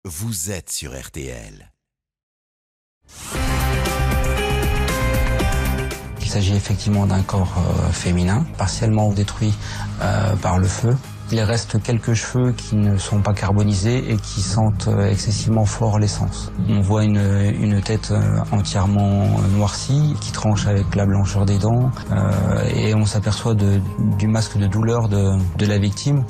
vous êtes sur RTL. Il s'agit effectivement d'un corps féminin, partiellement détruit par le feu. Il reste quelques cheveux qui ne sont pas carbonisés et qui sentent excessivement fort l'essence. On voit une tête entièrement noircie qui tranche avec la blancheur des dents et on s'aperçoit du masque de douleur de la victime.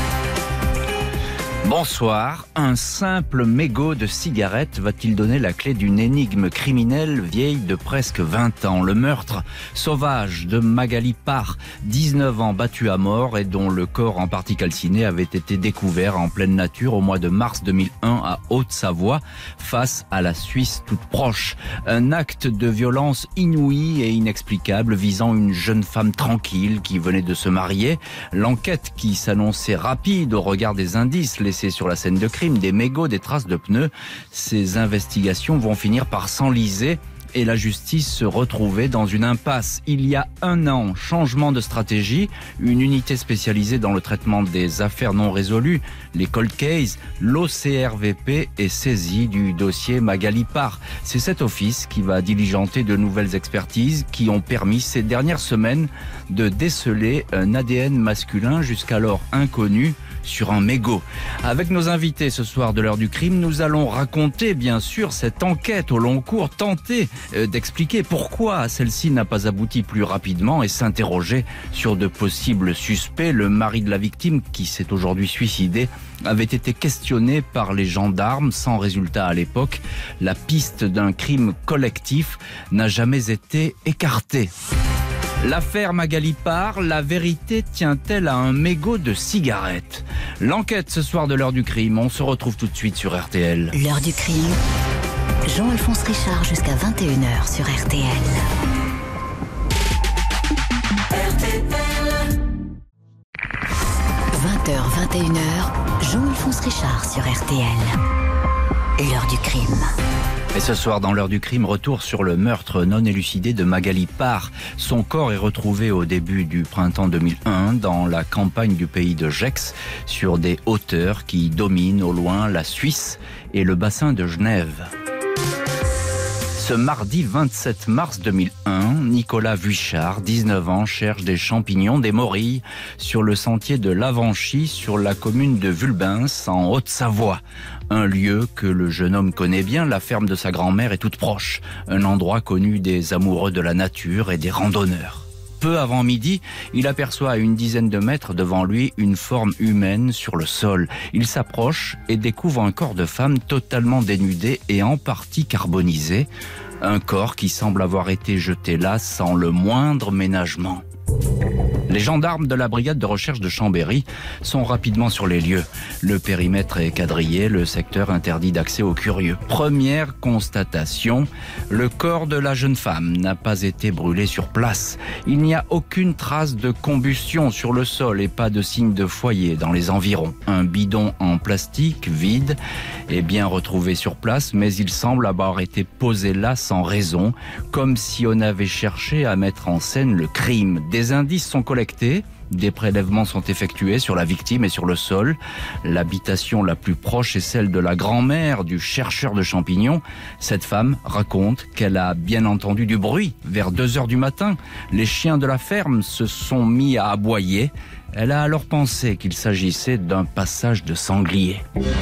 Bonsoir. Un simple mégot de cigarette va-t-il donner la clé d'une énigme criminelle vieille de presque 20 ans? Le meurtre sauvage de Magali Parr, 19 ans, battue à mort et dont le corps en partie calciné avait été découvert en pleine nature au mois de mars 2001 à Haute-Savoie, face à la Suisse toute proche. Un acte de violence inouï et inexplicable visant une jeune femme tranquille qui venait de se marier. L'enquête qui s'annonçait rapide au regard des indices laissés sur la scène de crime, des mégots, des traces de pneus. Ces investigations vont finir par s'enliser et la justice se retrouver dans une impasse. Il y a 1 an, changement de stratégie, une unité spécialisée dans le traitement des affaires non résolues, les cold cases, l'OCRVP est saisi du dossier Magali Parr. C'est cet office qui va diligenter de nouvelles expertises qui ont permis ces dernières semaines de déceler un ADN masculin jusqu'alors inconnu sur un mégot. Avec nos invités ce soir de l'heure du crime, nous allons raconter bien sûr cette enquête au long cours, tenter d'expliquer pourquoi celle-ci n'a pas abouti plus rapidement et s'interroger sur de possibles suspects. Le mari de la victime, qui s'est aujourd'hui suicidé, avait été questionné par les gendarmes sans résultat à l'époque. La piste d'un crime collectif n'a jamais été écartée. L'affaire Magali Parr, la vérité tient-elle à un mégot de cigarette? L'enquête ce soir de l'heure du crime, on se retrouve tout de suite sur RTL. L'heure du crime, Jean-Alphonse Richard jusqu'à 21h sur RTL. RTL. 20h, 21h, Jean-Alphonse Richard sur RTL. L'heure du crime. Et ce soir, dans l'heure du crime, retour sur le meurtre non élucidé de Magali Parr. Son corps est retrouvé au début du printemps 2001 dans la campagne du pays de Gex, sur des hauteurs qui dominent au loin la Suisse et le bassin de Genève. Ce mardi 27 mars 2001, Nicolas Vuichard, 19 ans, cherche des champignons, des morilles, sur le sentier de l'Avenchy, sur la commune de Vulbens, en Haute-Savoie. Un lieu que le jeune homme connaît bien, la ferme de sa grand-mère est toute proche. Un endroit connu des amoureux de la nature et des randonneurs. Peu avant midi, il aperçoit à une dizaine de mètres devant lui une forme humaine sur le sol. Il s'approche et découvre un corps de femme totalement dénudé et en partie carbonisé. Un corps qui semble avoir été jeté là sans le moindre ménagement. Les gendarmes de la brigade de recherche de Chambéry sont rapidement sur les lieux. Le périmètre est quadrillé, le secteur interdit d'accès aux curieux. Première constatation, le corps de la jeune femme n'a pas été brûlé sur place. Il n'y a aucune trace de combustion sur le sol et pas de signe de foyer dans les environs. Un bidon en plastique vide est bien retrouvé sur place, mais il semble avoir été posé là sans raison, comme si on avait cherché à mettre en scène le crime. Des indices sont collectés, des prélèvements sont effectués sur la victime et sur le sol. L'habitation la plus proche est celle de la grand-mère du chercheur de champignons. Cette femme raconte qu'elle a bien entendu du bruit. Vers 2h du matin, les chiens de la ferme se sont mis à aboyer. Elle a alors pensé qu'il s'agissait d'un passage de sanglier.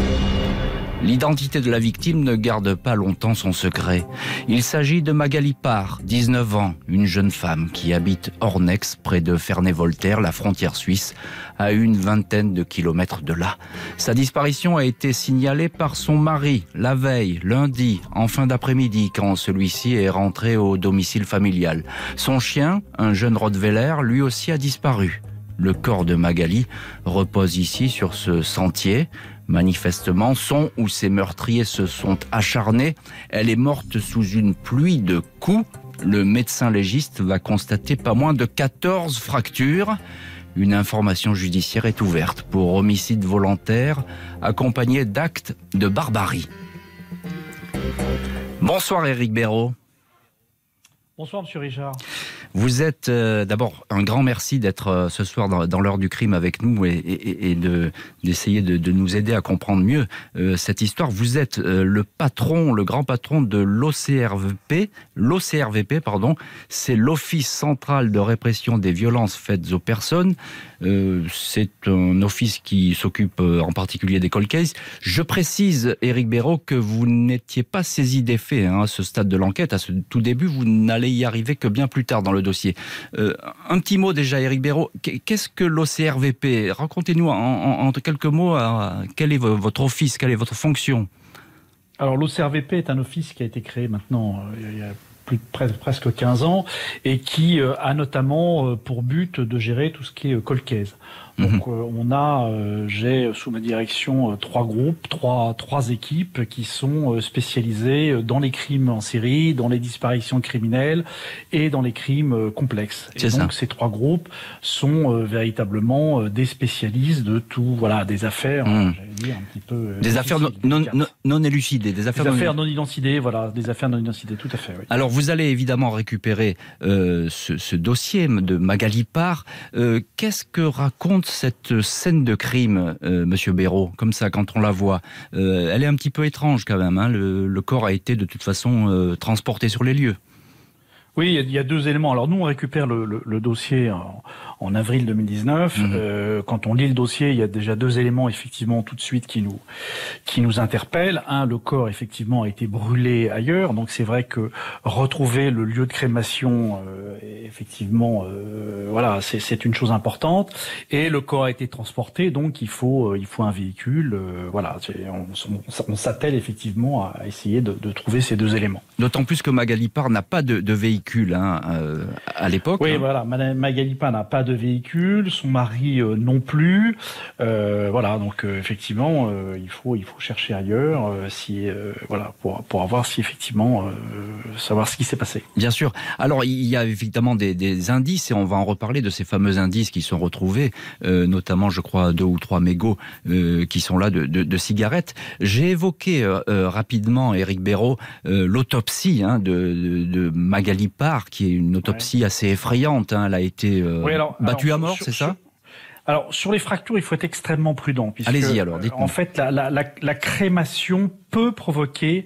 L'identité de la victime ne garde pas longtemps son secret. Il s'agit de Magali Parr, 19 ans, une jeune femme qui habite Ornex, près de Ferney-Voltaire, la frontière suisse, à une vingtaine de kilomètres de là. Sa disparition a été signalée par son mari la veille, lundi, en fin d'après-midi, quand celui-ci est rentré au domicile familial. Son chien, un jeune Rottweiler, lui aussi a disparu. Le corps de Magali repose ici sur ce sentier. Manifestement, son ou ses meurtriers se sont acharnés. Elle est morte sous une pluie de coups. Le médecin légiste va constater pas moins de 14 fractures. Une information judiciaire est ouverte pour homicide volontaire accompagné d'actes de barbarie. Bonsoir Éric Béraud. Bonsoir Monsieur Richard. Vous êtes d'abord un grand merci d'être ce soir dans l'heure du crime avec nous et d'essayer de nous aider à comprendre mieux cette histoire. Vous êtes le grand patron de l'OCRVP, c'est l'Office central de répression des violences faites aux personnes. C'est un office qui s'occupe en particulier des cold cases. Je précise, Éric Béraud, que vous n'étiez pas saisi des faits à ce stade de l'enquête. À ce tout début, vous n'allez y arriver que bien plus tard dans le dossier. Un petit mot déjà, Éric Béraud. Qu'est-ce que l'OCRVP ? Racontez-nous en quelques mots quel est votre office, quelle est votre fonction ? Alors l'OCRVP est un office qui a été créé maintenant il y a presque 15 ans et qui a notamment pour but de gérer tout ce qui est cold case. Donc j'ai sous ma direction trois groupes, trois équipes qui sont spécialisées dans les crimes en série, dans les disparitions criminelles et dans les crimes complexes. Et donc ces trois groupes sont véritablement des spécialistes de tout, des affaires, j'allais dire un petit peu des affaires non élucidées, des affaires non élucidées, des affaires non élucidées, tout à fait. Oui. Alors vous allez évidemment récupérer ce dossier de Magali Parr. Qu'est-ce que raconte cette scène de crime, Monsieur Béraud, comme ça, quand on la voit? Elle est un petit peu étrange quand même, hein. Le corps a été de toute façon transporté sur les lieux. Oui, il y a deux éléments. Alors nous, on récupère le dossier en avril 2019. Quand on lit le dossier, il y a déjà deux éléments effectivement tout de suite qui nous interpellent. Un, le corps effectivement a été brûlé ailleurs, donc c'est vrai que retrouver le lieu de crémation, effectivement, c'est une chose importante. Et le corps a été transporté, donc il faut un véhicule. On s'attelle effectivement à essayer de trouver ces deux éléments. D'autant plus que Magali Parr n'a pas de véhicule. À l'époque. Oui, Magali Parr n'a pas de véhicule, son mari non plus. Donc effectivement, il faut chercher ailleurs, pour avoir si effectivement savoir ce qui s'est passé. Bien sûr. Alors il y a évidemment des indices et on va en reparler de ces fameux indices qui sont retrouvés, notamment je crois 2 ou 3 mégots qui sont là de cigarettes. J'ai évoqué rapidement, Éric Béraud, l'autopsie de Magali Parr, qui est une autopsie assez effrayante. Elle a été battue à mort, c'est ça ? Alors, sur les fractures, il faut être extrêmement prudent. Puisque, allez-y alors, dites-moi. En fait, la crémation peut provoquer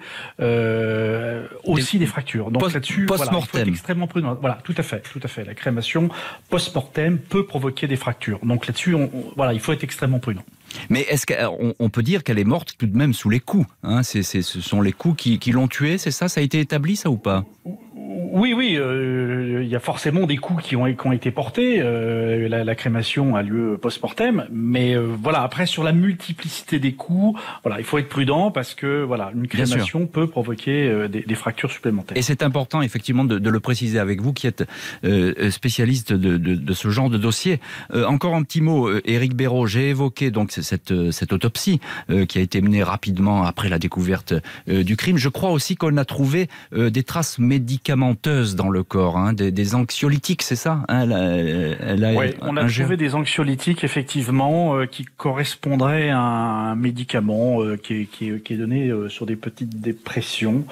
aussi des fractures. Donc là-dessus, il faut être extrêmement prudent. Voilà, tout à fait. La crémation post-mortem peut provoquer des fractures. Donc là-dessus, il faut être extrêmement prudent. Mais est-ce qu'on peut dire qu'elle est morte tout de même sous les coups, hein? Ce sont les coups qui l'ont tuée, c'est ça ? Ça a été établi, ça, ou pas ? Oui, il y a forcément des coups qui ont été portés. La crémation a lieu post-mortem, mais après sur la multiplicité des coups, il faut être prudent parce que une crémation peut provoquer des fractures supplémentaires. Et c'est important effectivement de le préciser avec vous qui êtes spécialiste de ce genre de dossier. Encore un petit mot, Éric Béraud, j'ai évoqué donc cette autopsie qui a été menée rapidement après la découverte du crime. Je crois aussi qu'on a trouvé des traces médicamenteuses dans le corps, hein, des anxiolytiques, c'est ça, hein, on a trouvé des anxiolytiques effectivement qui correspondraient à un médicament qui est donné sur des petites dépressions,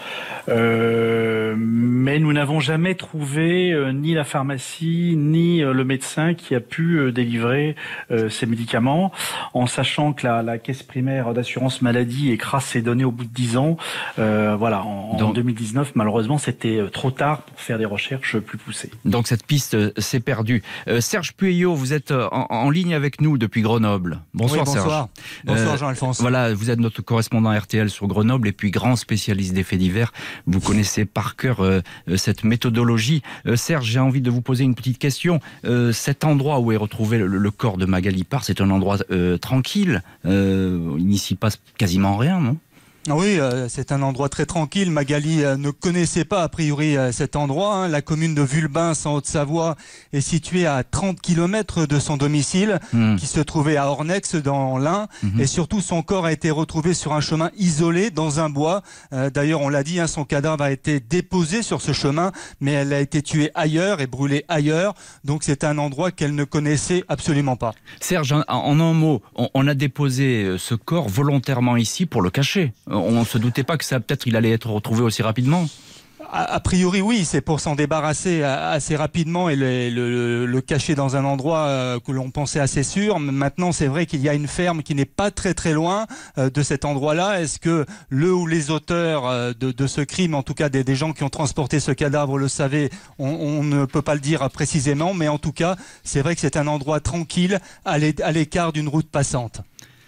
mais nous n'avons jamais trouvé ni la pharmacie ni le médecin qui a pu délivrer ces médicaments, en sachant que la caisse primaire d'assurance maladie écrase ses données au bout de 10 ans. En 2019, malheureusement, c'était trop tard pour faire des recherches plus poussées. Donc cette piste s'est perdue. Serge Pueyo, vous êtes en ligne avec nous depuis Grenoble. Bonsoir, oui, bonsoir. Serge. Bonsoir Jean-Alphonse. Voilà, vous êtes notre correspondant RTL sur Grenoble et puis grand spécialiste des faits divers. Vous connaissez par cœur cette méthodologie. Serge, j'ai envie de vous poser une petite question. Cet endroit où est retrouvé le corps de Magali Parr, c'est un endroit tranquille. Il n'y s'y passe quasiment rien, non ? Oui, c'est un endroit très tranquille. Magali ne connaissait pas a priori cet endroit, hein. La commune de Vulbins en Haute-Savoie est située à 30 km de son domicile qui se trouvait à Ornex dans l'Ain et surtout son corps a été retrouvé sur un chemin isolé dans un bois. D'ailleurs on l'a dit, hein, son cadavre a été déposé sur ce chemin mais elle a été tuée ailleurs et brûlée ailleurs, donc c'est un endroit qu'elle ne connaissait absolument pas. Serge, en un mot, on a déposé ce corps volontairement ici pour le cacher. On ne se doutait pas que ça, peut-être il allait être retrouvé aussi rapidement. A priori, oui, c'est pour s'en débarrasser assez rapidement et le cacher dans un endroit que l'on pensait assez sûr. Maintenant, c'est vrai qu'il y a une ferme qui n'est pas très très loin de cet endroit-là. Est-ce que le ou les auteurs de ce crime, en tout cas des gens qui ont transporté ce cadavre, le savaient? On ne peut pas le dire précisément, mais en tout cas, c'est vrai que c'est un endroit tranquille, à l'écart d'une route passante.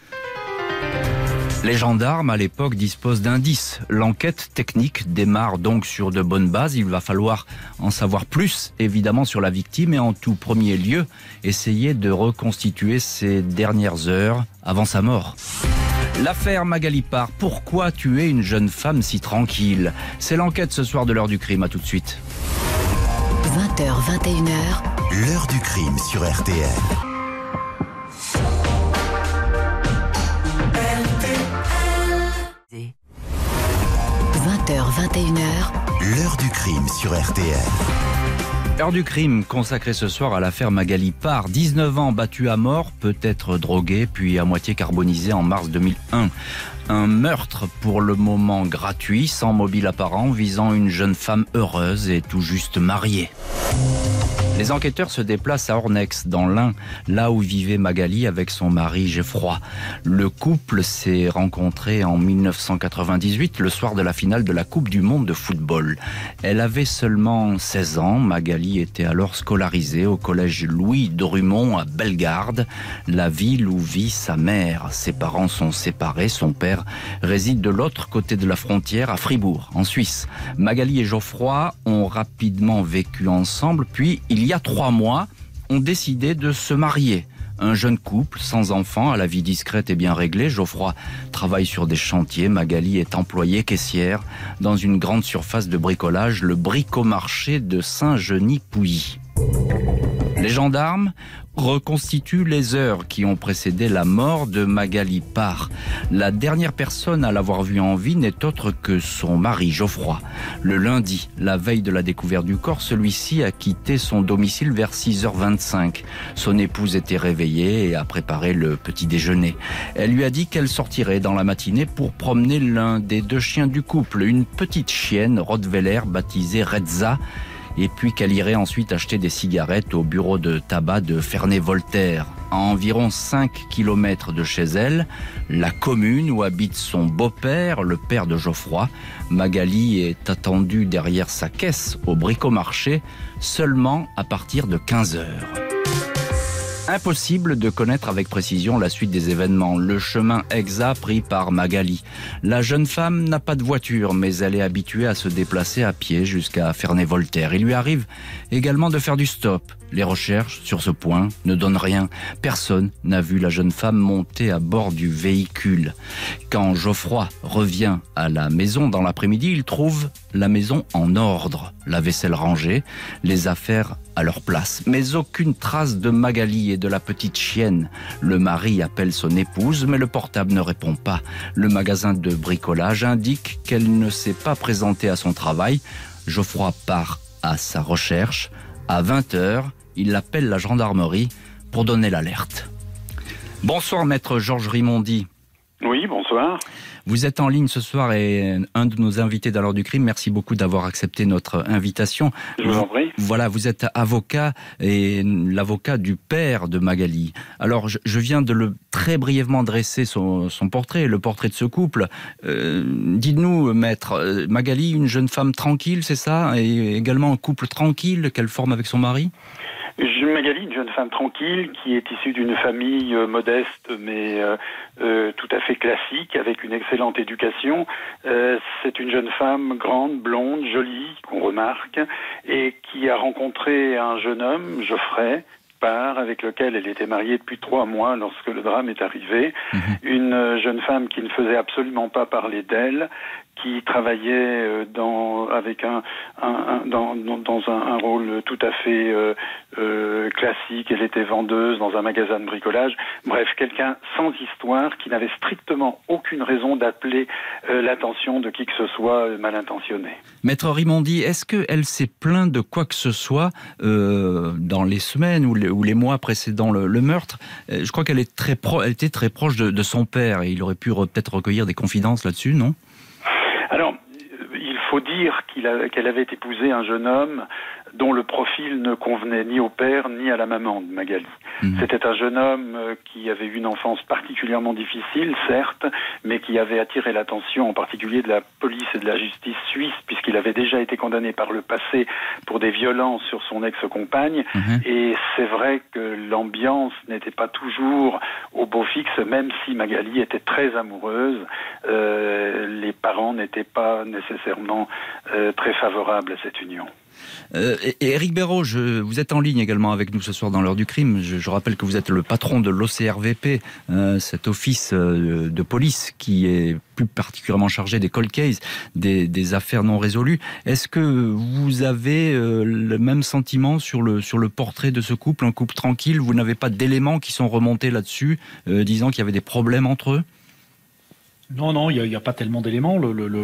Les gendarmes, à l'époque, disposent d'indices. L'enquête technique démarre donc sur de bonnes bases. Il va falloir en savoir plus, évidemment, sur la victime et en tout premier lieu, essayer de reconstituer ses dernières heures avant sa mort. L'affaire Magali Parr, pourquoi tuer une jeune femme si tranquille? C'est l'enquête ce soir de l'heure du crime, à tout de suite. 20h, 21h. L'heure du crime sur RTL. 20h, 21h. L'heure du crime sur RTL. L'heure du crime consacrée ce soir à l'affaire Magali Parr, 19 ans, battue à mort, peut-être droguée, puis à moitié carbonisée en mars 2001. Un meurtre pour le moment gratuit, sans mobile apparent, visant une jeune femme heureuse et tout juste mariée. Les enquêteurs se déplacent à Ornex, dans l'Ain, là où vivait Magali avec son mari Geoffroy. Le couple s'est rencontré en 1998, le soir de la finale de la Coupe du Monde de football. Elle avait seulement 16 ans, Magali était alors scolarisée au collège Louis Drummond à Bellegarde, la ville où vit sa mère. Ses parents sont séparés, son père réside de l'autre côté de la frontière, à Fribourg, en Suisse. Magali et Geoffroy ont rapidement vécu ensemble, puis il y a 3 mois, ont décidé de se marier. Un jeune couple, sans enfants, à la vie discrète et bien réglée. Geoffroy travaille sur des chantiers. Magali est employée caissière dans une grande surface de bricolage, le Bricomarché de Saint-Genis-Pouilly. Les gendarmes reconstituent les heures qui ont précédé la mort de Magali Parr. La dernière personne à l'avoir vue en vie n'est autre que son mari Geoffroy. Le lundi, la veille de la découverte du corps, celui-ci a quitté son domicile vers 6h25. Son épouse était réveillée et a préparé le petit déjeuner. Elle lui a dit qu'elle sortirait dans la matinée pour promener l'un des 2 chiens du couple, une petite chienne Rottweiler baptisée Redza, et puis qu'elle irait ensuite acheter des cigarettes au bureau de tabac de Ferney-Voltaire. À environ 5 km de chez elle, la commune où habite son beau-père, le père de Geoffroy. Magali est attendue derrière sa caisse au Bricomarché seulement à partir de 15h. Impossible de connaître avec précision la suite des événements, le chemin exact pris par Magali. La jeune femme n'a pas de voiture, mais elle est habituée à se déplacer à pied jusqu'à Ferney-Voltaire. Il lui arrive également de faire du stop. Les recherches sur ce point ne donnent rien. Personne n'a vu la jeune femme monter à bord du véhicule. Quand Geoffroy revient à la maison dans l'après-midi, il trouve la maison en ordre, la vaisselle rangée, les affaires à leur place. Mais aucune trace de Magali et de la petite chienne. Le mari appelle son épouse, mais le portable ne répond pas. Le magasin de bricolage indique qu'elle ne s'est pas présentée à son travail. Geoffroy part à sa recherche. À 20h, il appelle la gendarmerie pour donner l'alerte. Bonsoir, maître Georges Rimondi. Oui, bonsoir. Vous êtes en ligne ce soir et un de nos invités dans l'heure du crime. Merci beaucoup d'avoir accepté notre invitation. Je vous en prie. Voilà, vous êtes avocat et l'avocat du père de Magali. Alors, je viens de très brièvement dresser son portrait, le portrait de ce couple. Dites-nous, maître, Magali, une jeune femme tranquille, c'est ça? Et également un couple tranquille qu'elle forme avec son mari? Magali, une jeune femme tranquille qui est issue d'une famille modeste mais tout à fait classique, avec une excellente éducation. C'est une jeune femme grande, blonde, jolie, qu'on remarque, et qui a rencontré un jeune homme, Geoffrey Parr, avec lequel elle était mariée depuis 3 mois lorsque le drame est arrivé. Une jeune femme qui ne faisait absolument pas parler d'elle, qui travaillait dans un rôle tout à fait classique. Elle était vendeuse dans un magasin de bricolage. Bref, quelqu'un sans histoire qui n'avait strictement aucune raison d'appeler l'attention de qui que ce soit mal intentionné. Maître Rimondi, est-ce qu'elle s'est plainte de quoi que ce soit dans les semaines ou les mois précédant le meurtre? Je crois qu'elle était très proche de son père et il aurait pu peut-être recueillir des confidences là-dessus, non? Alors, il faut dire qu'elle avait épousé un jeune homme dont le profil ne convenait ni au père ni à la maman de Magali. C'était un jeune homme qui avait eu une enfance particulièrement difficile, certes, mais qui avait attiré l'attention en particulier de la police et de la justice suisse, puisqu'il avait déjà été condamné par le passé pour des violences sur son ex-compagne. Et c'est vrai que l'ambiance n'était pas toujours au beau fixe, même si Magali était très amoureuse. Les parents n'étaient pas nécessairement très favorables à cette union. Et Éric Béraud, vous êtes en ligne également avec nous ce soir dans l'heure du crime. Je rappelle que vous êtes le patron de l'OCRVP, cet office de police qui est plus particulièrement chargé des cold cases, des affaires non résolues. Est-ce que vous avez le même sentiment sur le portrait de ce couple, un couple tranquille? Vous n'avez pas d'éléments qui sont remontés là-dessus, disant qu'il y avait des problèmes entre eux? Non, il n'y a pas tellement d'éléments.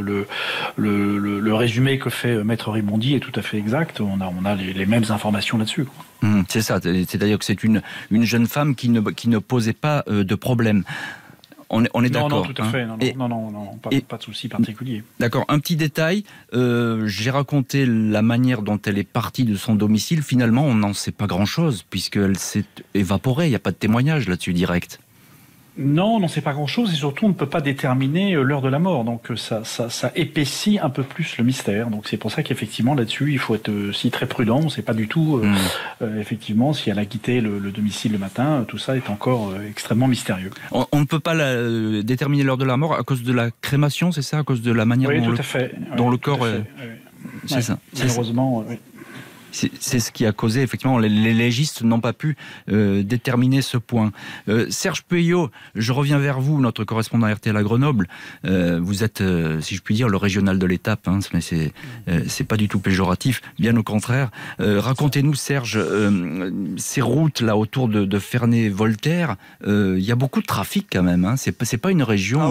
Le résumé que fait Maître Rimondi est tout à fait exact. On a les mêmes informations là-dessus. C'est ça. C'est-à-dire que c'est une jeune femme qui ne posait pas de problème. On est d'accord. Non, tout à fait. Pas de souci particulier. D'accord. Un petit détail. J'ai raconté la manière dont elle est partie de son domicile. Finalement, on n'en sait pas grand-chose puisqu'elle s'est évaporée. Il n'y a pas de témoignage là-dessus direct. Non, on n'en sait pas grand-chose et surtout on ne peut pas déterminer l'heure de la mort. Donc ça épaissit un peu plus le mystère. Donc c'est pour ça qu'effectivement là-dessus il faut être aussi très prudent. On ne sait pas du tout effectivement si elle a quitté le domicile le matin. Tout ça est encore extrêmement mystérieux. On ne peut pas déterminer l'heure de la mort à cause de la crémation, c'est ça? À cause de la manière dont le corps est... C'est ça. Malheureusement, oui. C'est ce qui a causé, effectivement, les légistes n'ont pas pu déterminer ce point. Serge Pueyo, je reviens vers vous, notre correspondant RTL à Grenoble. Vous êtes, si je puis dire, le régional de l'étape, hein, mais c'est pas du tout péjoratif, bien au contraire. Racontez-nous, Serge, ces routes là autour de Ferney-Voltaire, il y a beaucoup de trafic quand même, hein. C'est pas une région...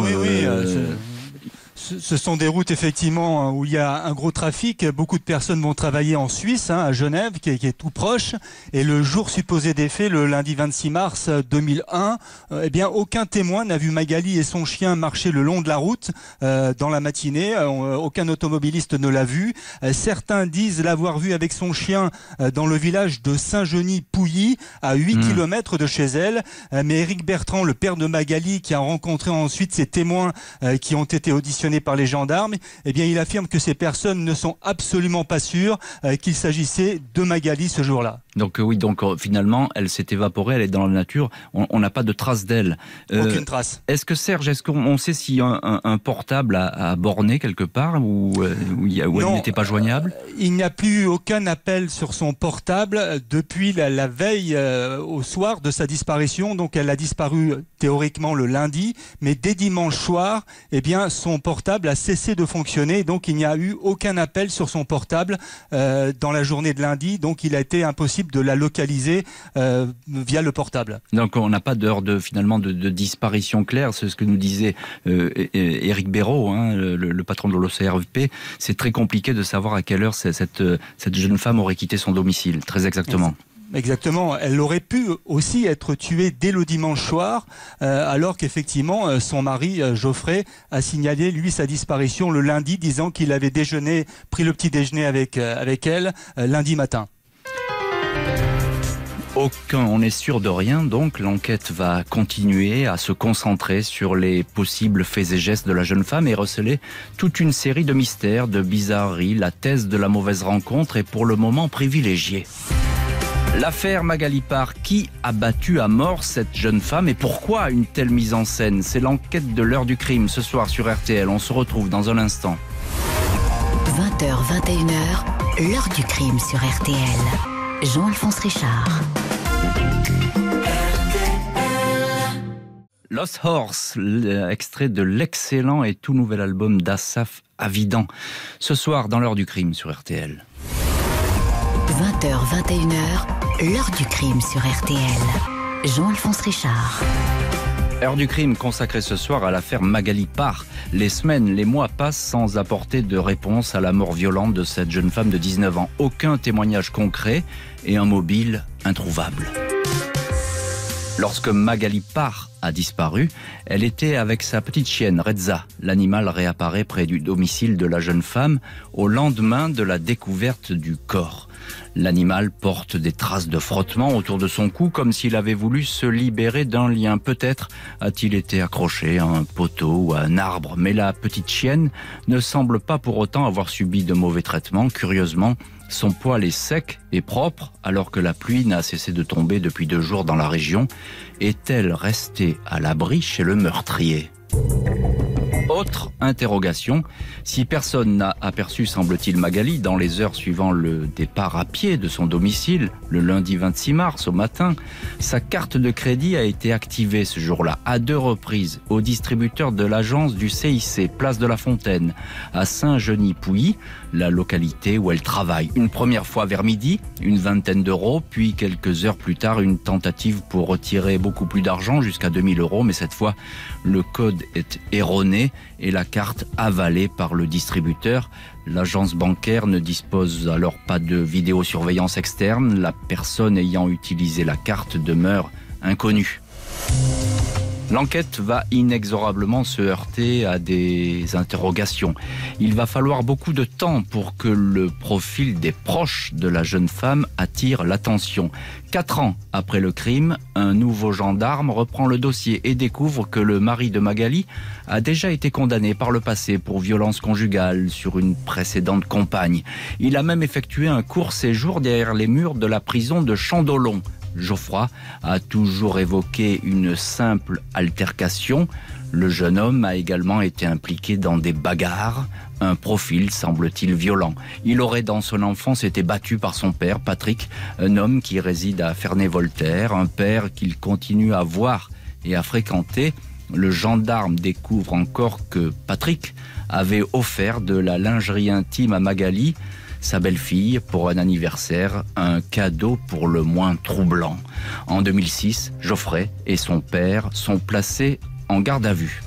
Ce sont des routes effectivement où il y a un gros trafic. Beaucoup de personnes vont travailler en Suisse, à Genève, qui est tout proche. Et le jour supposé des faits, le lundi 26 mars 2001, aucun témoin n'a vu Magali et son chien marcher le long de la route dans la matinée. Aucun automobiliste ne l'a vu. Certains disent l'avoir vu avec son chien dans le village de Saint-Genis-Pouilly, à 8 km de chez elle. Mais Éric Bertrand, le père de Magali, qui a rencontré ensuite ces témoins qui ont été auditionnés par les gendarmes, il affirme que ces personnes ne sont absolument pas sûres qu'il s'agissait de Magali ce jour-là. Donc finalement, elle s'est évaporée, elle est dans la nature, on n'a pas de traces d'elle. Aucune trace. Est-ce qu'on sait s'il y a un portable à borner quelque part où elle n'était pas joignable? Il n'y a plus aucun appel sur son portable depuis la veille au soir de sa disparition. Donc elle a disparu théoriquement le lundi, mais dès dimanche soir, son portable a cessé de fonctionner. Donc il n'y a eu aucun appel sur son portable dans la journée de lundi. Donc il a été impossible de la localiser via le portable. Donc on n'a pas d'heure de disparition claire. C'est ce que nous disait Éric Béraud, hein, le patron de l'OCRVP. C'est très compliqué de savoir à quelle heure cette jeune femme aurait quitté son domicile, très exactement. Exactement. Elle aurait pu aussi être tuée dès le dimanche soir, alors qu'effectivement son mari Geoffrey a signalé lui sa disparition le lundi, disant qu'il avait pris le petit déjeuner avec elle lundi matin. On n'est sûr de rien, donc l'enquête va continuer à se concentrer sur les possibles faits et gestes de la jeune femme et receler toute une série de mystères, de bizarreries. La thèse de la mauvaise rencontre est pour le moment privilégiée. L'affaire Magali Parr, qui a battu à mort cette jeune femme et pourquoi une telle mise en scène? C'est l'enquête de l'heure du crime ce soir sur RTL. On se retrouve dans un instant. 20h, 21h, l'heure du crime sur RTL. Jean-Alphonse Richard. Lost Horse, extrait de l'excellent et tout nouvel album d'Assaf Avidan. Ce soir dans l'heure du crime sur RTL. 20h, 21h, l'heure du crime sur RTL. Jean-Alphonse Richard. Heure du crime consacrée ce soir à l'affaire Magali Parr. Les semaines, les mois passent sans apporter de réponse à la mort violente de cette jeune femme de 19 ans. Aucun témoignage concret et un mobile introuvable. Lorsque Magali Parr a disparu. Elle était avec sa petite chienne Reza. L'animal réapparaît près du domicile de la jeune femme au lendemain de la découverte du corps. L'animal porte des traces de frottement autour de son cou comme s'il avait voulu se libérer d'un lien. Peut-être a-t-il été accroché à un poteau ou à un arbre. Mais la petite chienne ne semble pas pour autant avoir subi de mauvais traitements. Curieusement, son poil est sec et propre alors que la pluie n'a cessé de tomber depuis 2 jours dans la région. Est-elle restée à l'abri chez le meurtrier ? Autre interrogation, si personne n'a aperçu, semble-t-il, Magali dans les heures suivant le départ à pied de son domicile, le lundi 26 mars au matin, sa carte de crédit a été activée ce jour-là à 2 reprises au distributeur de l'agence du CIC, place de la Fontaine, à Saint-Genis-Pouilly, la localité où elle travaille. Une première fois vers midi, une vingtaine d'euros, puis quelques heures plus tard, une tentative pour retirer beaucoup plus d'argent, jusqu'à 2000 euros, mais cette fois, le code est erroné et la carte avalée par le distributeur. L'agence bancaire ne dispose alors pas de vidéosurveillance externe. La personne ayant utilisé la carte demeure inconnue. L'enquête va inexorablement se heurter à des interrogations. Il va falloir beaucoup de temps pour que le profil des proches de la jeune femme attire l'attention. 4 ans après le crime, un nouveau gendarme reprend le dossier et découvre que le mari de Magali a déjà été condamné par le passé pour violence conjugale sur une précédente compagne. Il a même effectué un court séjour derrière les murs de la prison de Chandolon. Geoffroy a toujours évoqué une simple altercation. Le jeune homme a également été impliqué dans des bagarres, un profil semble-t-il violent. Il aurait dans son enfance été battu par son père, Patrick, un homme qui réside à Ferney-Voltaire, un père qu'il continue à voir et à fréquenter. Le gendarme découvre encore que Patrick avait offert de la lingerie intime à Magali, sa belle-fille, pour un anniversaire, un cadeau pour le moins troublant. En 2006, Geoffrey et son père sont placés en garde à vue.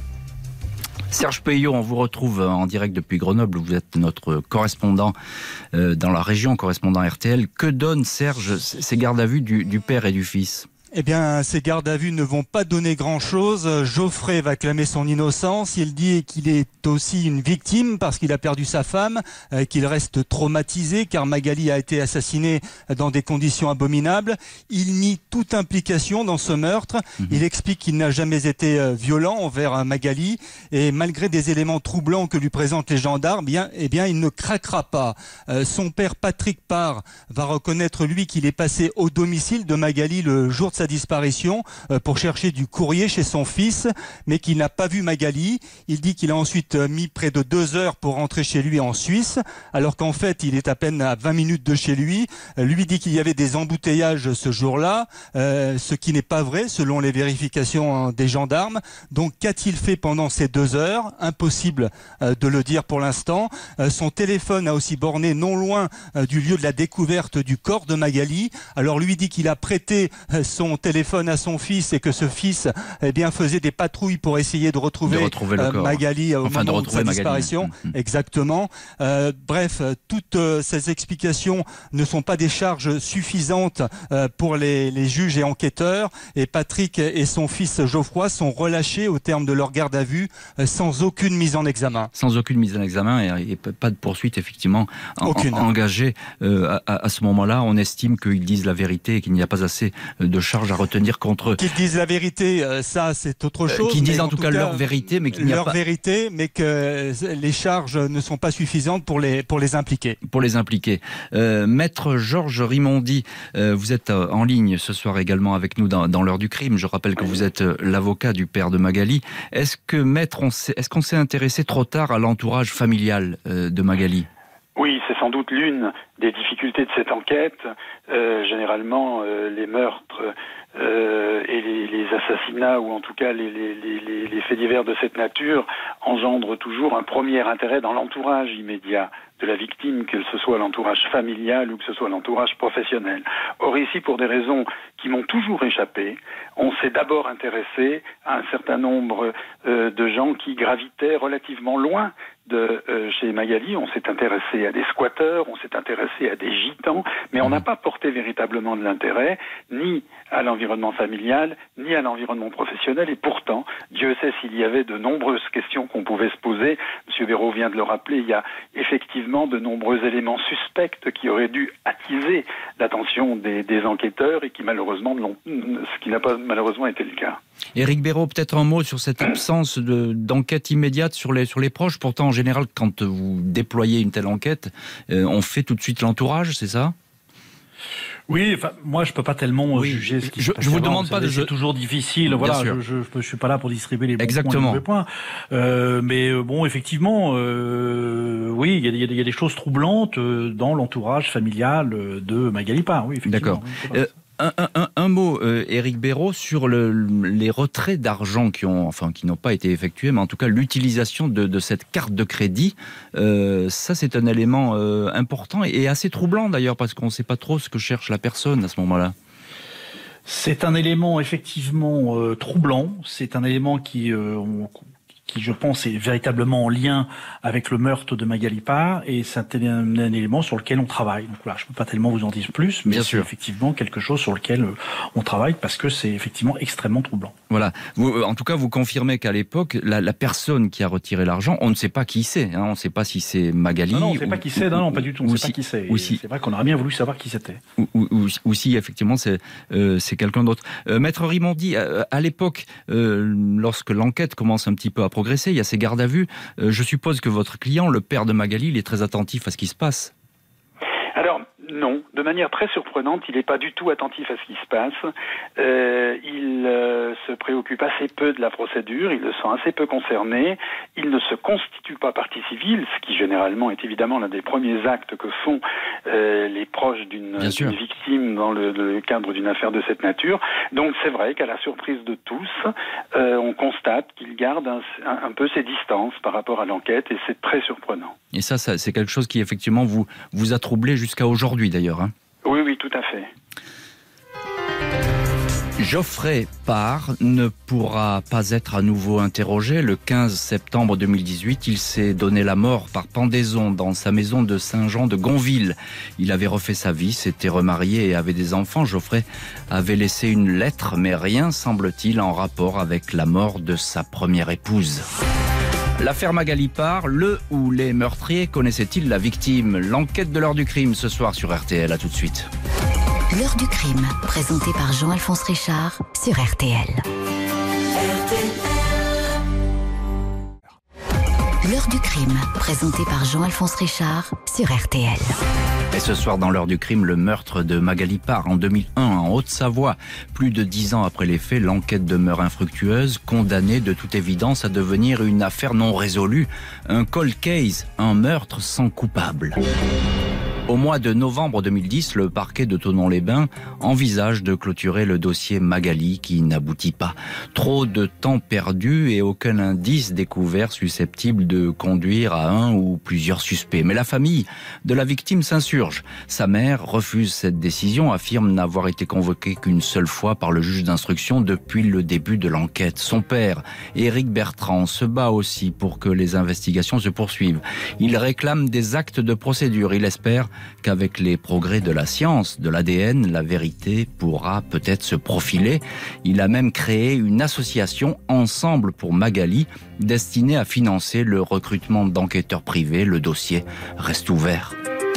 Serge Peillot, on vous retrouve en direct depuis Grenoble, vous êtes notre correspondant dans la région, correspondant RTL. Que donnent, Serge, ces gardes à vue du père et du fils ? Eh bien, ces gardes à vue ne vont pas donner grand-chose. Geoffrey va clamer son innocence. Il dit qu'il est aussi une victime parce qu'il a perdu sa femme, qu'il reste traumatisé car Magali a été assassinée dans des conditions abominables. Il nie toute implication dans ce meurtre. Il explique qu'il n'a jamais été violent envers Magali et malgré des éléments troublants que lui présentent les gendarmes, eh bien, il ne craquera pas. Son père Patrick Parr va reconnaître lui qu'il est passé au domicile de Magali le jour de sa disparition pour chercher du courrier chez son fils, mais qu'il n'a pas vu Magali. Il dit qu'il a ensuite mis près de 2 heures pour rentrer chez lui en Suisse, alors qu'en fait il est à peine à 20 minutes de chez lui. Lui dit qu'il y avait des embouteillages ce jour-là, ce qui n'est pas vrai selon les vérifications des gendarmes. Donc qu'a-t-il fait pendant ces 2 heures ? Impossible de le dire pour l'instant. Son téléphone a aussi borné non loin du lieu de la découverte du corps de Magali. Alors lui dit qu'il a prêté son téléphone à son fils et que ce fils faisait des patrouilles pour essayer de retrouver Magali au moment de sa disparition. Exactement. Bref, toutes ces explications ne sont pas des charges suffisantes pour les juges et enquêteurs, et Patrick et son fils Geoffroy sont relâchés au terme de leur garde à vue sans aucune mise en examen. Sans aucune mise en examen et pas de poursuite effectivement engagée à ce moment-là. On estime qu'ils disent la vérité et qu'il n'y a pas assez de charges à retenir contre eux. Qu'ils disent la vérité, ça c'est autre chose. Qu'ils disent en tout cas leur vérité, mais qu'il n'y a pas... vérité, mais que les charges ne sont pas suffisantes pour les impliquer. Pour les impliquer. Maître Georges Rimondi, vous êtes en ligne ce soir également avec nous dans l'heure du crime. Je rappelle que vous êtes l'avocat du père de Magali. Est-ce qu'on s'est intéressé trop tard à l'entourage familial de Magali ? Oui, c'est sans doute l'une des difficultés de cette enquête. Généralement, les meurtres et les assassinats, ou en tout cas les faits divers de cette nature, engendrent toujours un premier intérêt dans l'entourage immédiat de la victime, que ce soit l'entourage familial ou que ce soit l'entourage professionnel. Or ici, pour des raisons qui m'ont toujours échappé, on s'est d'abord intéressé à un certain nombre de gens qui gravitaient relativement loin de chez Magali. On s'est intéressé à des squatteurs, on s'est intéressé à des gitans, mais on n'a pas porté véritablement de l'intérêt, ni à l'environnement familial, ni à l'environnement professionnel, et pourtant, Dieu sait s'il y avait de nombreuses questions qu'on pouvait se poser. M. Béraud vient de le rappeler, il y a effectivement de nombreux éléments suspects qui auraient dû attiser l'attention des enquêteurs et qui malheureusement ce qui n'a pas malheureusement été le cas. Éric Béraud, peut-être un mot sur cette absence d'enquête immédiate sur les proches. Pourtant, en général, quand vous déployez une telle enquête, on fait tout de suite l'entourage, c'est ça ? Oui, enfin, moi je peux pas tellement juger ce qui se passe. Je vous demande pas de. C'est toujours difficile. Voilà, je suis pas là pour distribuer les bons points, les mauvais points. Mais bon, effectivement, oui, il y a des choses troublantes dans l'entourage familial de Magali Parr. Oui, effectivement. D'accord. Un mot, Éric Béraud, sur les retraits d'argent qui n'ont pas été effectués, mais en tout cas l'utilisation de cette carte de crédit. Ça, c'est un élément important et assez troublant d'ailleurs, parce qu'on ne sait pas trop ce que cherche la personne à ce moment-là. C'est un élément effectivement troublant. C'est un élément qui je pense, est véritablement en lien avec le meurtre de Magali Parr, et c'est un élément sur lequel on travaille. Donc voilà, je ne peux pas tellement vous en dire plus, mais c'est effectivement quelque chose sur lequel on travaille, parce que c'est effectivement extrêmement troublant. Voilà. En tout cas, vous confirmez qu'à l'époque, la personne qui a retiré l'argent, on ne sait pas qui c'est. On ne sait pas si c'est Magali. Non, on ne sait pas qui c'est. Non, pas du tout. On ne sait pas qui c'est. C'est vrai qu'on aurait bien voulu savoir qui c'était. Ou si effectivement c'est quelqu'un d'autre. Maître Rimondi, à l'époque, lorsque l'enquête commence un petit peu à progresser, il y a ces gardes à vue. Je suppose que votre client, le père de Magali, il est très attentif à ce qui se passe. Alors, non. De manière très surprenante, il n'est pas du tout attentif à ce qui se passe. Il se préoccupe assez peu de la procédure, il le sent assez peu concerné. Il ne se constitue pas partie civile, ce qui généralement est évidemment l'un des premiers actes que font les proches d'une victime dans le cadre d'une affaire de cette nature. Donc c'est vrai qu'à la surprise de tous, on constate qu'il garde un peu ses distances par rapport à l'enquête, et c'est très surprenant. Et ça c'est quelque chose qui effectivement vous a troublé jusqu'à aujourd'hui d'ailleurs. Oui, tout à fait. Geoffrey Parr ne pourra pas être à nouveau interrogé. Le 15 septembre 2018, il s'est donné la mort par pendaison dans sa maison de Saint-Jean de Gonville. Il avait refait sa vie, s'était remarié et avait des enfants. Geoffrey avait laissé une lettre, mais rien, semble-t-il, en rapport avec la mort de sa première épouse. L'affaire Magali Parr, le ou les meurtriers connaissaient-ils la victime? L'enquête de l'heure du crime ce soir sur RTL, à tout de suite. L'heure du crime, présentée par Jean-Alphonse Richard sur RTL. L'heure du crime, présentée par Jean-Alphonse Richard sur RTL. Et ce soir dans l'heure du crime, le meurtre de Magali Parr en 2001 en Haute-Savoie. Plus de 10 ans après les faits, l'enquête demeure infructueuse, condamnée de toute évidence à devenir une affaire non résolue. Un cold case, un meurtre sans coupable. Au mois de novembre 2010, le parquet de Thonon-les-Bains envisage de clôturer le dossier Magali qui n'aboutit pas. Trop de temps perdu et aucun indice découvert susceptible de conduire à un ou plusieurs suspects. Mais la famille de la victime s'insurge. Sa mère refuse cette décision, affirme n'avoir été convoquée qu'une seule fois par le juge d'instruction depuis le début de l'enquête. Son père, Éric Bertrand, se bat aussi pour que les investigations se poursuivent. Il réclame des actes de procédure. Il espère qu'avec les progrès de la science, de l'ADN, la vérité pourra peut-être se profiler. Il a même créé une association Ensemble pour Magali, destinée à financer le recrutement d'enquêteurs privés. Le dossier reste ouvert.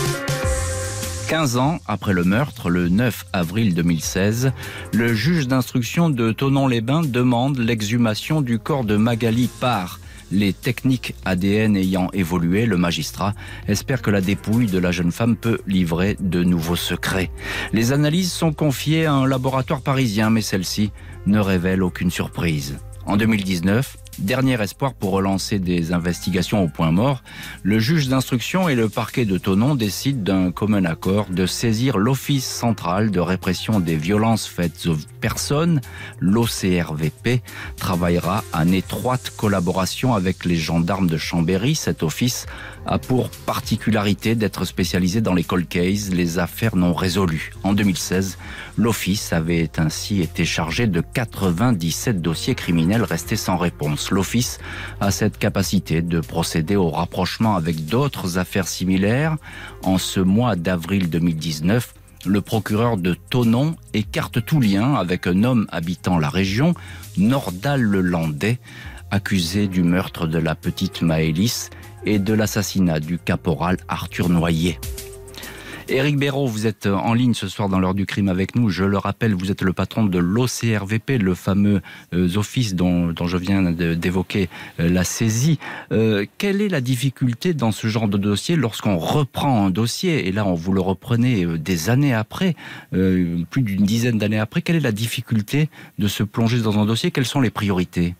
15 ans après le meurtre, le 9 avril 2016, le juge d'instruction de Thonon-les-Bains demande l'exhumation du corps de Magali Parr. Les techniques ADN ayant évolué, le magistrat espère que la dépouille de la jeune femme peut livrer de nouveaux secrets. Les analyses sont confiées à un laboratoire parisien, mais celle-ci ne révèle aucune surprise. En 2019, dernier espoir pour relancer des investigations au point mort, le juge d'instruction et le parquet de Thonon décident d'un commun accord de saisir l'Office central de répression des violences faites aux personnes. L'OCRVP travaillera en étroite collaboration avec les gendarmes de Chambéry. Cet office a pour particularité d'être spécialisé dans les cold cases, les affaires non résolues. En 2016, l'office avait ainsi été chargé de 97 dossiers criminels restés sans réponse. France. L'Office a cette capacité de procéder au rapprochement avec d'autres affaires similaires. En ce mois d'avril 2019, le procureur de Thonon écarte tout lien avec un homme habitant la région, Nordal-le-Landais, accusé du meurtre de la petite Maëlys et de l'assassinat du caporal Arthur Noyer. Éric Béraud, vous êtes en ligne ce soir dans l'heure du crime avec nous. Je le rappelle, vous êtes le patron de l'OCRVP, le fameux office dont je viens d'évoquer la saisie. Quelle est la difficulté dans ce genre de dossier lorsqu'on reprend un dossier, et là on vous le reprenez des années après, plus d'une dizaine d'années après, quelle est la difficulté de se plonger dans un dossier? Quelles sont les priorités?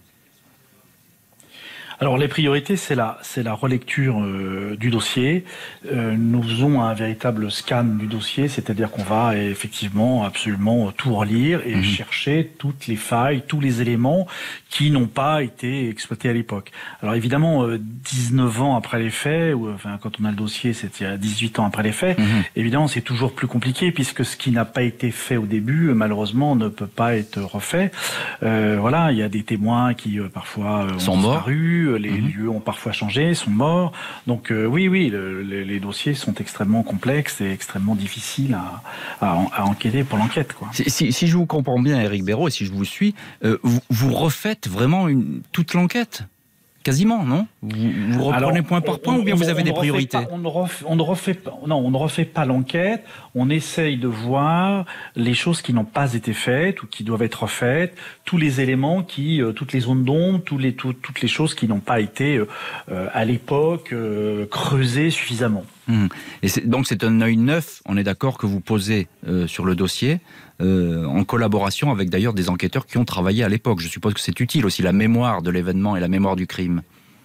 Alors les priorités, c'est la relecture du dossier. Nous faisons un véritable scan du dossier, c'est-à-dire qu'on va effectivement absolument tout relire et chercher toutes les failles, tous les éléments qui n'ont pas été exploités à l'époque. Alors évidemment, 19 ans après les faits, ou enfin quand on a le dossier, c'est il y a 18 ans après les faits, évidemment c'est toujours plus compliqué puisque ce qui n'a pas été fait au début, malheureusement, ne peut pas être refait. Voilà, il y a des témoins qui parfois ont disparu. Les lieux ont parfois changé, sont morts. Donc oui, les dossiers sont extrêmement complexes et extrêmement difficiles à enquêter pour l'enquête, quoi. Si je vous comprends bien, Éric Béraud, et si je vous suis, vous refaites vraiment toute l'enquête? Quasiment, non? Vous reprenez point par point ou bien vous avez des priorités? On ne refait pas l'enquête. On essaye de voir les choses qui n'ont pas été faites ou qui doivent être refaites, tous les éléments toutes les zones d'ombre, toutes les choses qui n'ont pas été à l'époque creusées suffisamment. Et donc c'est un œil neuf, on est d'accord, que vous posez sur le dossier, en collaboration avec d'ailleurs des enquêteurs qui ont travaillé à l'époque. Je suppose que c'est utile aussi, la mémoire de l'événement et la mémoire du crime.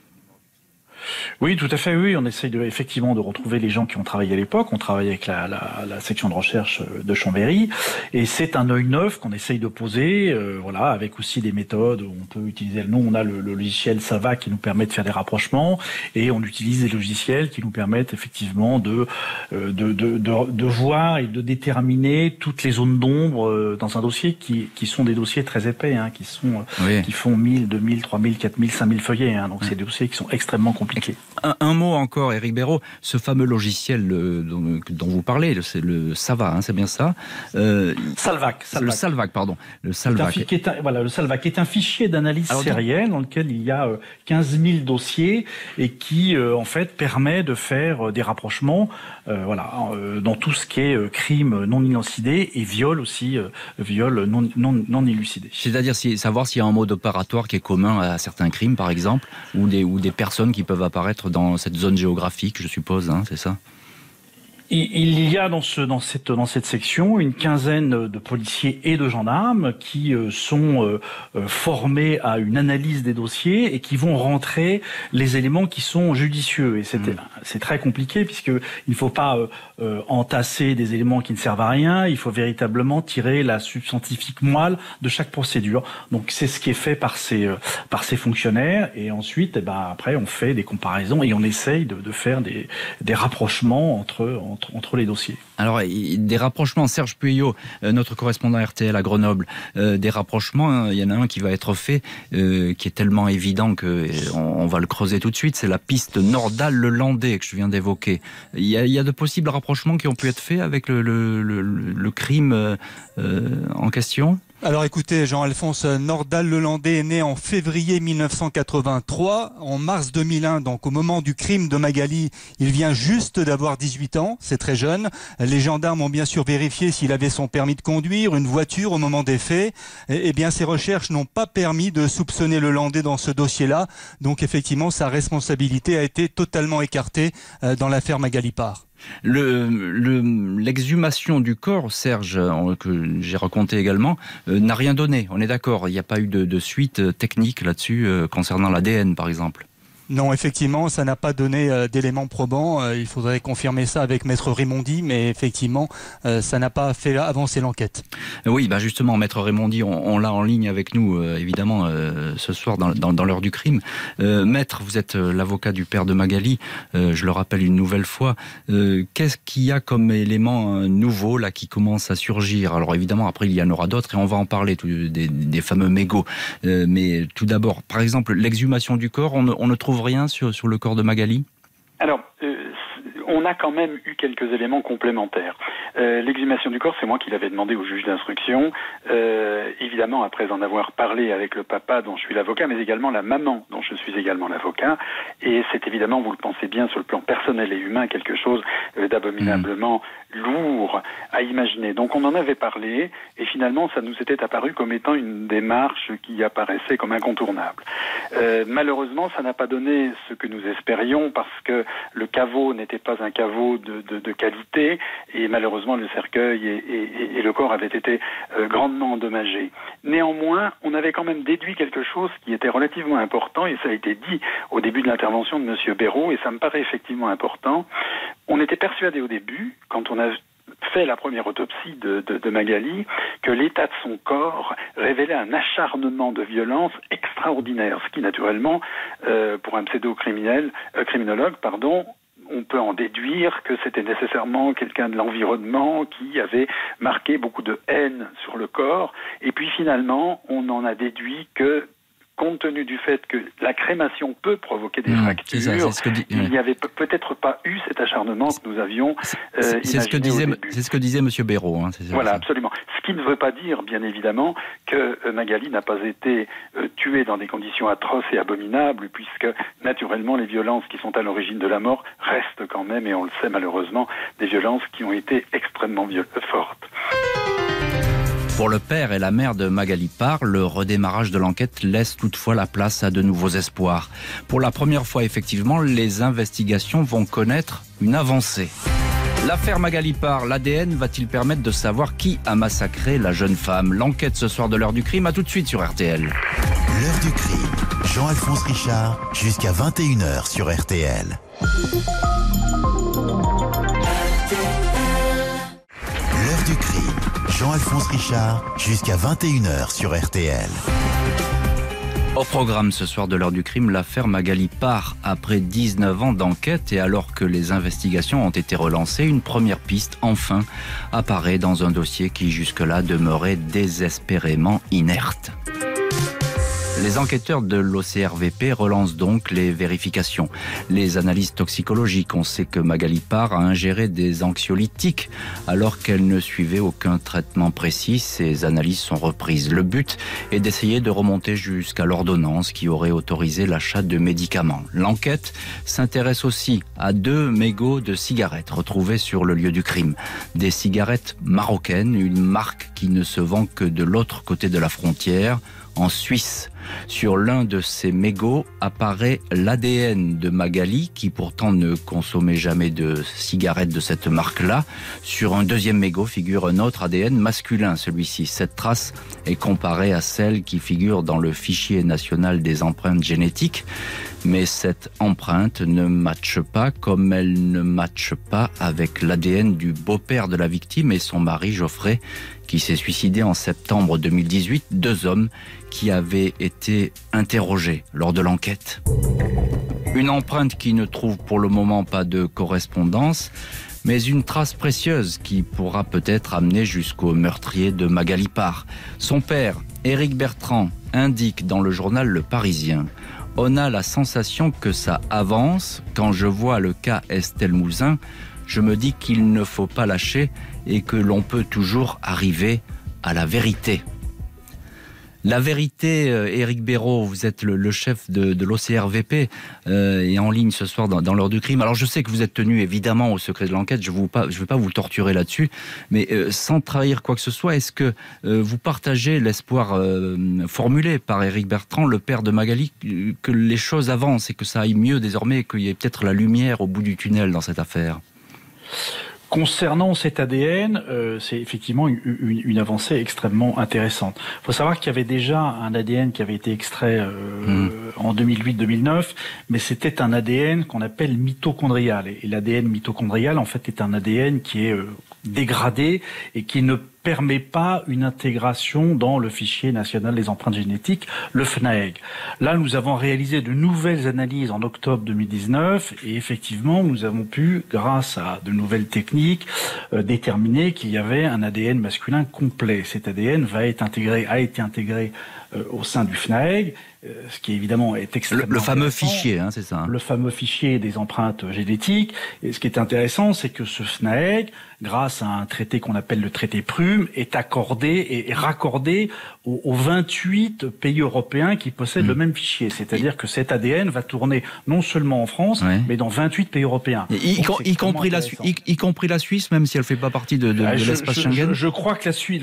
Oui, tout à fait, oui. On essaye effectivement de retrouver les gens qui ont travaillé à l'époque. On travaille avec la section de recherche de Chambéry. Et c'est un œil neuf qu'on essaye de poser, voilà, avec aussi des méthodes où on peut utiliser. Nous, on a le logiciel Sava qui nous permet de faire des rapprochements et on utilise des logiciels qui nous permettent effectivement de voir et de déterminer toutes les zones d'ombre dans un dossier qui sont des dossiers très épais, hein, qui font 1000, 2000, 3000, 4000, 5000 feuillets, hein. Donc c'est des dossiers qui sont extrêmement compliqués. Un mot encore, Éric Béraud, ce fameux logiciel dont vous parlez, c'est le Sava, hein, c'est bien ça? Salvac. Le Salvac, pardon. Le Salvac. Le Salvac est un fichier d'analyse sérielle dans lequel il y a 15 000 dossiers et qui, en fait, permet de faire des rapprochements, dans tout ce qui est crime non élucidé et viol aussi, viol non élucidé. C'est-à-dire savoir s'il y a un mode opératoire qui est commun à certains crimes, par exemple, ou des personnes qui peuvent apparaître dans cette zone géographique, je suppose, hein, c'est ça? Il y a dans cette section une quinzaine de policiers et de gendarmes qui sont formés à une analyse des dossiers et qui vont rentrer les éléments qui sont judicieux. Et c'est très compliqué puisque il ne faut pas entasser des éléments qui ne servent à rien. Il faut véritablement tirer la substantifique moelle de chaque procédure. Donc c'est ce qui est fait par ces fonctionnaires. Et ensuite, après on fait des comparaisons et on essaye de faire des rapprochements entre les dossiers. Alors, des rapprochements, Serge Puyot, notre correspondant RTL à Grenoble, des rapprochements, il y en a un qui va être fait, qui est tellement évident qu'on va le creuser tout de suite, c'est la piste Nordal-le-Landais que je viens d'évoquer. Il y a de possibles rapprochements qui ont pu être faits avec le crime en question ? Alors écoutez, Jean-Alphonse, Nordal-le-Landais est né en février 1983. En mars 2001, donc au moment du crime de Magali, il vient juste d'avoir 18 ans, c'est très jeune. Les gendarmes ont bien sûr vérifié s'il avait son permis de conduire, une voiture au moment des faits. Eh bien, ces recherches n'ont pas permis de soupçonner le Landais dans ce dossier-là. Donc effectivement, sa responsabilité a été totalement écartée dans l'affaire Magali Parr. L'exhumation du corps, Serge, que j'ai raconté également, n'a rien donné. On est d'accord, il n'y a pas eu de suite technique là-dessus concernant l'ADN, par exemple. Non, effectivement, ça n'a pas donné d'éléments probants. Il faudrait confirmer ça avec Maître Raymondi, mais effectivement, ça n'a pas fait avancer l'enquête. Oui, justement, Maître Raymondi, on l'a en ligne avec nous, évidemment, ce soir dans l'heure du crime. Maître, vous êtes l'avocat du père de Magali. Je le rappelle une nouvelle fois. Qu'est-ce qu'il y a comme élément nouveau là qui commence à surgir? Alors évidemment, après il y en aura d'autres et on va en parler des fameux mégots. Mais tout d'abord, par exemple, l'exhumation du corps, on ne trouve rien sur le corps de Magali? Alors, on a quand même eu quelques éléments complémentaires. L'exhumation du corps, c'est moi qui l'avais demandé au juge d'instruction, évidemment après en avoir parlé avec le papa dont je suis l'avocat, mais également la maman dont je suis également l'avocat, et c'est évidemment, vous le pensez bien, sur le plan personnel et humain, quelque chose d'abominablement lourd à imaginer. Donc on en avait parlé, et finalement ça nous était apparu comme étant une démarche qui apparaissait comme incontournable. Malheureusement, ça n'a pas donné ce que nous espérions, parce que le caveau n'était pas un caveau de qualité, et malheureusement le cercueil et le corps avaient été grandement endommagés. Néanmoins, on avait quand même déduit quelque chose qui était relativement important, et ça a été dit au début de l'intervention de M. Béraud, et ça me paraît effectivement important. On était persuadé au début, quand on a fait la première autopsie de Magali, que l'état de son corps révélait un acharnement de violence extraordinaire, ce qui naturellement, pour un criminologue, on peut en déduire que c'était nécessairement quelqu'un de l'environnement qui avait marqué beaucoup de haine sur le corps. Et puis finalement, on en a déduit que, compte tenu du fait que la crémation peut provoquer des fractures, il n'y avait peut-être pas eu cet acharnement que nous avions imaginé c'est ce que disait M. Béraud. Voilà, absolument. Ce qui ne veut pas dire, bien évidemment, que Magali n'a pas été tuée dans des conditions atroces et abominables, puisque, naturellement, les violences qui sont à l'origine de la mort restent quand même, et on le sait malheureusement, des violences qui ont été extrêmement fortes. Pour le père et la mère de Magali Parr, le redémarrage de l'enquête laisse toutefois la place à de nouveaux espoirs. Pour la première fois, effectivement, les investigations vont connaître une avancée. L'affaire Magali Parr, l'ADN va-t-il permettre de savoir qui a massacré la jeune femme? L'enquête ce soir de l'heure du crime, à tout de suite sur RTL. L'heure du crime, Jean-Alphonse Richard, jusqu'à 21h sur RTL. L'heure du crime, Jean-Alphonse Richard, jusqu'à 21h sur RTL. Au programme ce soir de l'heure du crime, l'affaire Magali Parr. Après 19 ans d'enquête et alors que les investigations ont été relancées, une première piste, enfin, apparaît dans un dossier qui jusque-là demeurait désespérément inerte. Les enquêteurs de l'OCRVP relancent donc les vérifications. Les analyses toxicologiques, on sait que Magali Parr a ingéré des anxiolytiques alors qu'elle ne suivait aucun traitement précis. Ces analyses sont reprises. Le but est d'essayer de remonter jusqu'à l'ordonnance qui aurait autorisé l'achat de médicaments. L'enquête s'intéresse aussi à 2 mégots de cigarettes retrouvés sur le lieu du crime. Des cigarettes marocaines, une marque qui ne se vend que de l'autre côté de la frontière, en Suisse. Sur l'un de ces mégots apparaît l'ADN de Magali, qui pourtant ne consommait jamais de cigarettes de cette marque-là. Sur un deuxième mégot figure un autre ADN masculin, celui-ci. Cette trace est comparée à celle qui figure dans le fichier national des empreintes génétiques. Mais cette empreinte ne matche pas, comme elle ne matche pas avec l'ADN du beau-père de la victime et son mari Geoffrey, qui s'est suicidé en septembre 2018, 2 hommes qui avaient été interrogés lors de l'enquête. Une empreinte qui ne trouve pour le moment pas de correspondance, mais une trace précieuse qui pourra peut-être amener jusqu'au meurtrier de Magali Parr. Son père, Éric Bertrand, indique dans le journal Le Parisien: on a la sensation que ça avance. Quand je vois le cas Estelle Mouzin, je me dis qu'il ne faut pas lâcher et que l'on peut toujours arriver à la vérité. La vérité, Éric Béraud, vous êtes le chef de l'OCRVP et en ligne ce soir dans l'heure du crime. Alors je sais que vous êtes tenu évidemment au secret de l'enquête, je ne veux pas vous torturer là-dessus, mais sans trahir quoi que ce soit, est-ce que vous partagez l'espoir formulé par Éric Bertrand, le père de Magali, que les choses avancent et que ça aille mieux désormais et qu'il y ait peut-être la lumière au bout du tunnel dans cette affaire ? Concernant cet ADN, c'est effectivement une avancée extrêmement intéressante. Il faut savoir qu'il y avait déjà un ADN qui avait été extrait en 2008-2009, mais c'était un ADN qu'on appelle mitochondrial. Et l'ADN mitochondrial, en fait, est un ADN qui est dégradé et qui ne permet pas une intégration dans le fichier national des empreintes génétiques, le FNAEG. Là, nous avons réalisé de nouvelles analyses en octobre 2019 et effectivement, nous avons pu, grâce à de nouvelles techniques, déterminer qu'il y avait un ADN masculin complet. Cet ADN a été intégré au sein du FNAEG, ce qui évidemment est extrêmement le fameux fichier, c'est ça. Le fameux fichier des empreintes génétiques. Et ce qui est intéressant, c'est que ce FNAEG, grâce à un traité qu'on appelle le traité Prüm, est accordé et raccordé aux 28 pays européens qui possèdent le même fichier. C'est-à-dire que cet ADN va tourner non seulement en France, mais dans 28 pays européens. Y compris la Suisse, même si elle ne fait pas partie de l'espace Schengen. Je crois que la Suisse,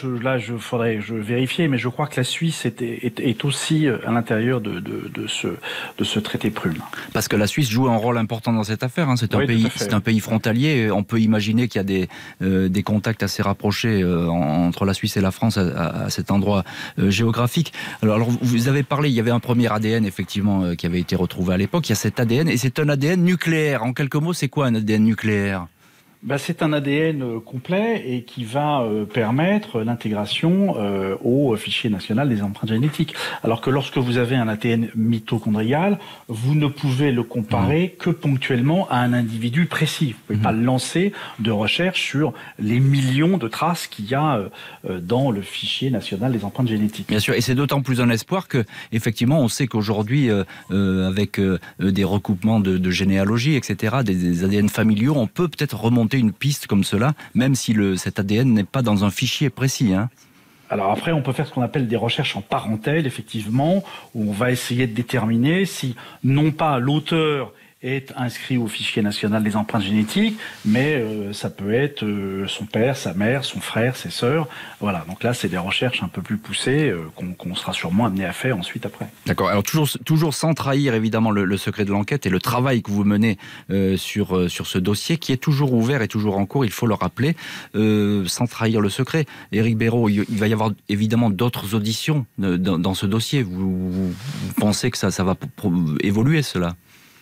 je vérifier, mais je crois que la Suisse est aussi à l'intérieur de ce traité Prüm. Parce que la Suisse joue un rôle important dans cette affaire. C'est un pays frontalier. On peut imaginer qu'il y a des contacts assez rapprochés entre la Suisse et la France à cet endroit géographique. Alors, vous avez parlé, il y avait un premier ADN effectivement qui avait été retrouvé à l'époque. Il y a cet ADN et c'est un ADN nucléaire. En quelques mots, c'est quoi un ADN nucléaire ? C'est un ADN complet et qui va permettre l'intégration au fichier national des empreintes génétiques. Alors que lorsque vous avez un ADN mitochondrial, vous ne pouvez le comparer que ponctuellement à un individu précis. Vous ne pouvez pas lancer de recherche sur les millions de traces qu'il y a dans le fichier national des empreintes génétiques. Bien sûr, et c'est d'autant plus un espoir que, effectivement, on sait qu'aujourd'hui, avec des recoupements de généalogie, etc., des ADN familiaux, on peut peut-être remonter une piste comme cela, même si cet ADN n'est pas dans un fichier précis. Alors après, on peut faire ce qu'on appelle des recherches en parentèle, effectivement, où on va essayer de déterminer si, non pas l'auteur est inscrit au fichier national des empreintes génétiques, mais ça peut être son père, sa mère, son frère, ses sœurs. Voilà, donc là, c'est des recherches un peu plus poussées qu'on sera sûrement amené à faire ensuite après. D'accord, alors toujours sans trahir évidemment le secret de l'enquête et le travail que vous menez sur ce dossier qui est toujours ouvert et toujours en cours, il faut le rappeler, sans trahir le secret. Éric Béraud, il va y avoir évidemment d'autres auditions dans ce dossier. Vous pensez que ça va évoluer cela ?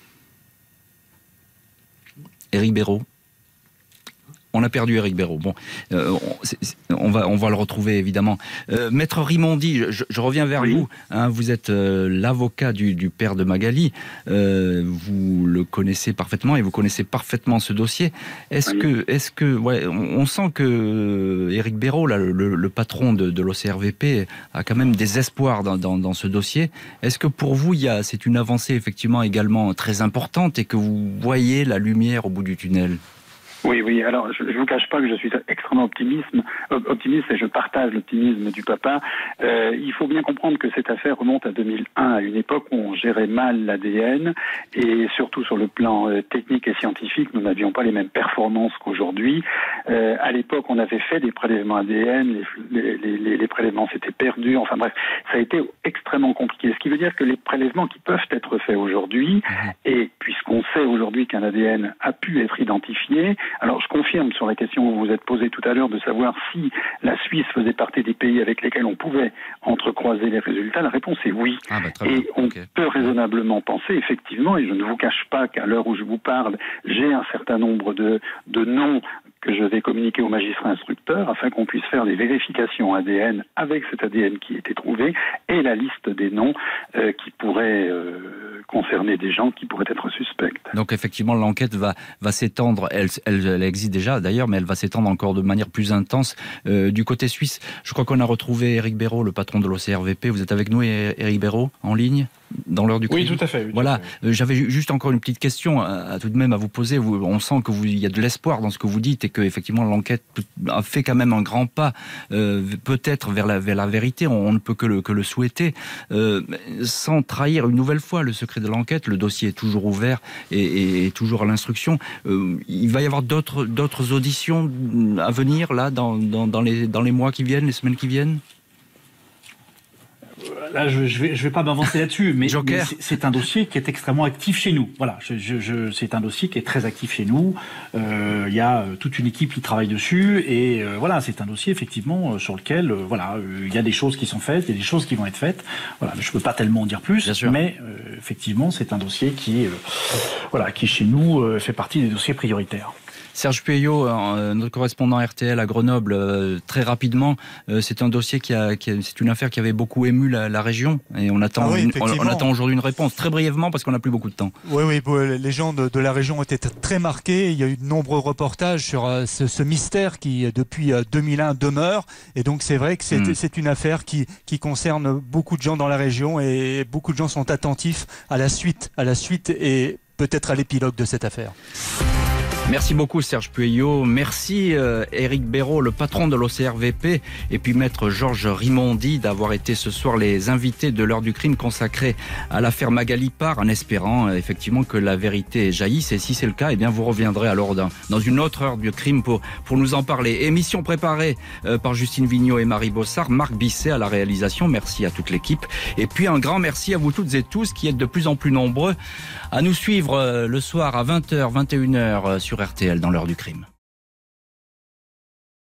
Éric Béraud. On a perdu Éric Béraud. Bon, on va le retrouver évidemment. Maître Rimondi, je reviens vers vous. Vous êtes l'avocat du père de Magali. Vous le connaissez parfaitement et vous connaissez parfaitement ce dossier. On sent que Éric Béraud, là, le patron de l'OCRVP, a quand même des espoirs dans ce dossier. Est-ce que pour vous, c'est une avancée effectivement également très importante et que vous voyez la lumière au bout du tunnel ? Oui. Alors, je vous cache pas que je suis extrêmement optimiste et je partage l'optimisme du papa. Il faut bien comprendre que cette affaire remonte à 2001, à une époque où on gérait mal l'ADN et surtout sur le plan technique et scientifique, nous n'avions pas les mêmes performances qu'aujourd'hui. À l'époque, on avait fait des prélèvements ADN, les prélèvements s'étaient perdus. Enfin bref, ça a été extrêmement compliqué. Ce qui veut dire que les prélèvements qui peuvent être faits aujourd'hui, et puisqu'on sait aujourd'hui qu'un ADN a pu être identifié, alors je confirme sur la question que vous vous êtes posée tout à l'heure de savoir si la Suisse faisait partie des pays avec lesquels on pouvait entrecroiser les résultats. La réponse est oui. Et on peut raisonnablement penser, effectivement, et je ne vous cache pas qu'à l'heure où je vous parle, j'ai un certain nombre de noms que je vais communiquer aux magistrats instructeurs afin qu'on puisse faire des vérifications ADN avec cet ADN qui a été trouvé et la liste des noms qui pourraient concerner des gens qui pourraient être suspects. Donc effectivement, l'enquête va s'étendre, elle existe déjà d'ailleurs, mais elle va s'étendre encore de manière plus intense du côté suisse. Je crois qu'on a retrouvé Éric Béraud, le patron de l'OCRVP. Vous êtes avec nous, Éric Béraud, en ligne dans l'heure du crime. Oui, tout à fait. Voilà, j'avais juste encore une petite question tout de même à vous poser. On sent qu'il y a de l'espoir dans ce que vous dites et que effectivement l'enquête a fait quand même un grand pas, peut-être vers la vérité. On ne peut que le souhaiter, sans trahir une nouvelle fois le secret de l'enquête. Le dossier est toujours ouvert et toujours à l'instruction. Il va y avoir d'autres auditions à venir là dans les mois qui viennent, les semaines qui viennent. Là, je vais pas m'avancer là-dessus, mais c'est un dossier qui est extrêmement actif chez nous. Voilà, c'est un dossier qui est très actif chez nous. Il y a toute une équipe qui travaille dessus, et voilà, c'est un dossier effectivement sur lequel, il y a des choses qui sont faites, il y a des choses qui vont être faites. Voilà, je peux pas tellement en dire plus, mais effectivement, c'est un dossier qui chez nous fait partie des dossiers prioritaires. Serge Pueyo, notre correspondant RTL à Grenoble, très rapidement, c'est un dossier c'est une affaire qui avait beaucoup ému la région, et on attend aujourd'hui une réponse, très brièvement, parce qu'on n'a plus beaucoup de temps. Oui, les gens de la région ont été très marqués. Il y a eu de nombreux reportages sur ce mystère qui, depuis 2001, demeure. Et donc, c'est vrai que c'est une affaire qui concerne beaucoup de gens dans la région, et beaucoup de gens sont attentifs à la suite et peut-être à l'épilogue de cette affaire. Merci beaucoup Serge Pueyo, merci Éric Béraud, le patron de l'OCRVP, et puis maître Georges Rimondi d'avoir été ce soir les invités de l'heure du crime consacrée à l'affaire Magali Parr, en espérant effectivement que la vérité jaillisse, et si c'est le cas, vous reviendrez alors dans une autre heure du crime pour nous en parler. Émission préparée par Justine Vignot et Marie Bossard, Marc Bisset à la réalisation, merci à toute l'équipe, et puis un grand merci à vous toutes et tous qui êtes de plus en plus nombreux à nous suivre le soir à 20h, 21h sur RTL dans l'heure du crime.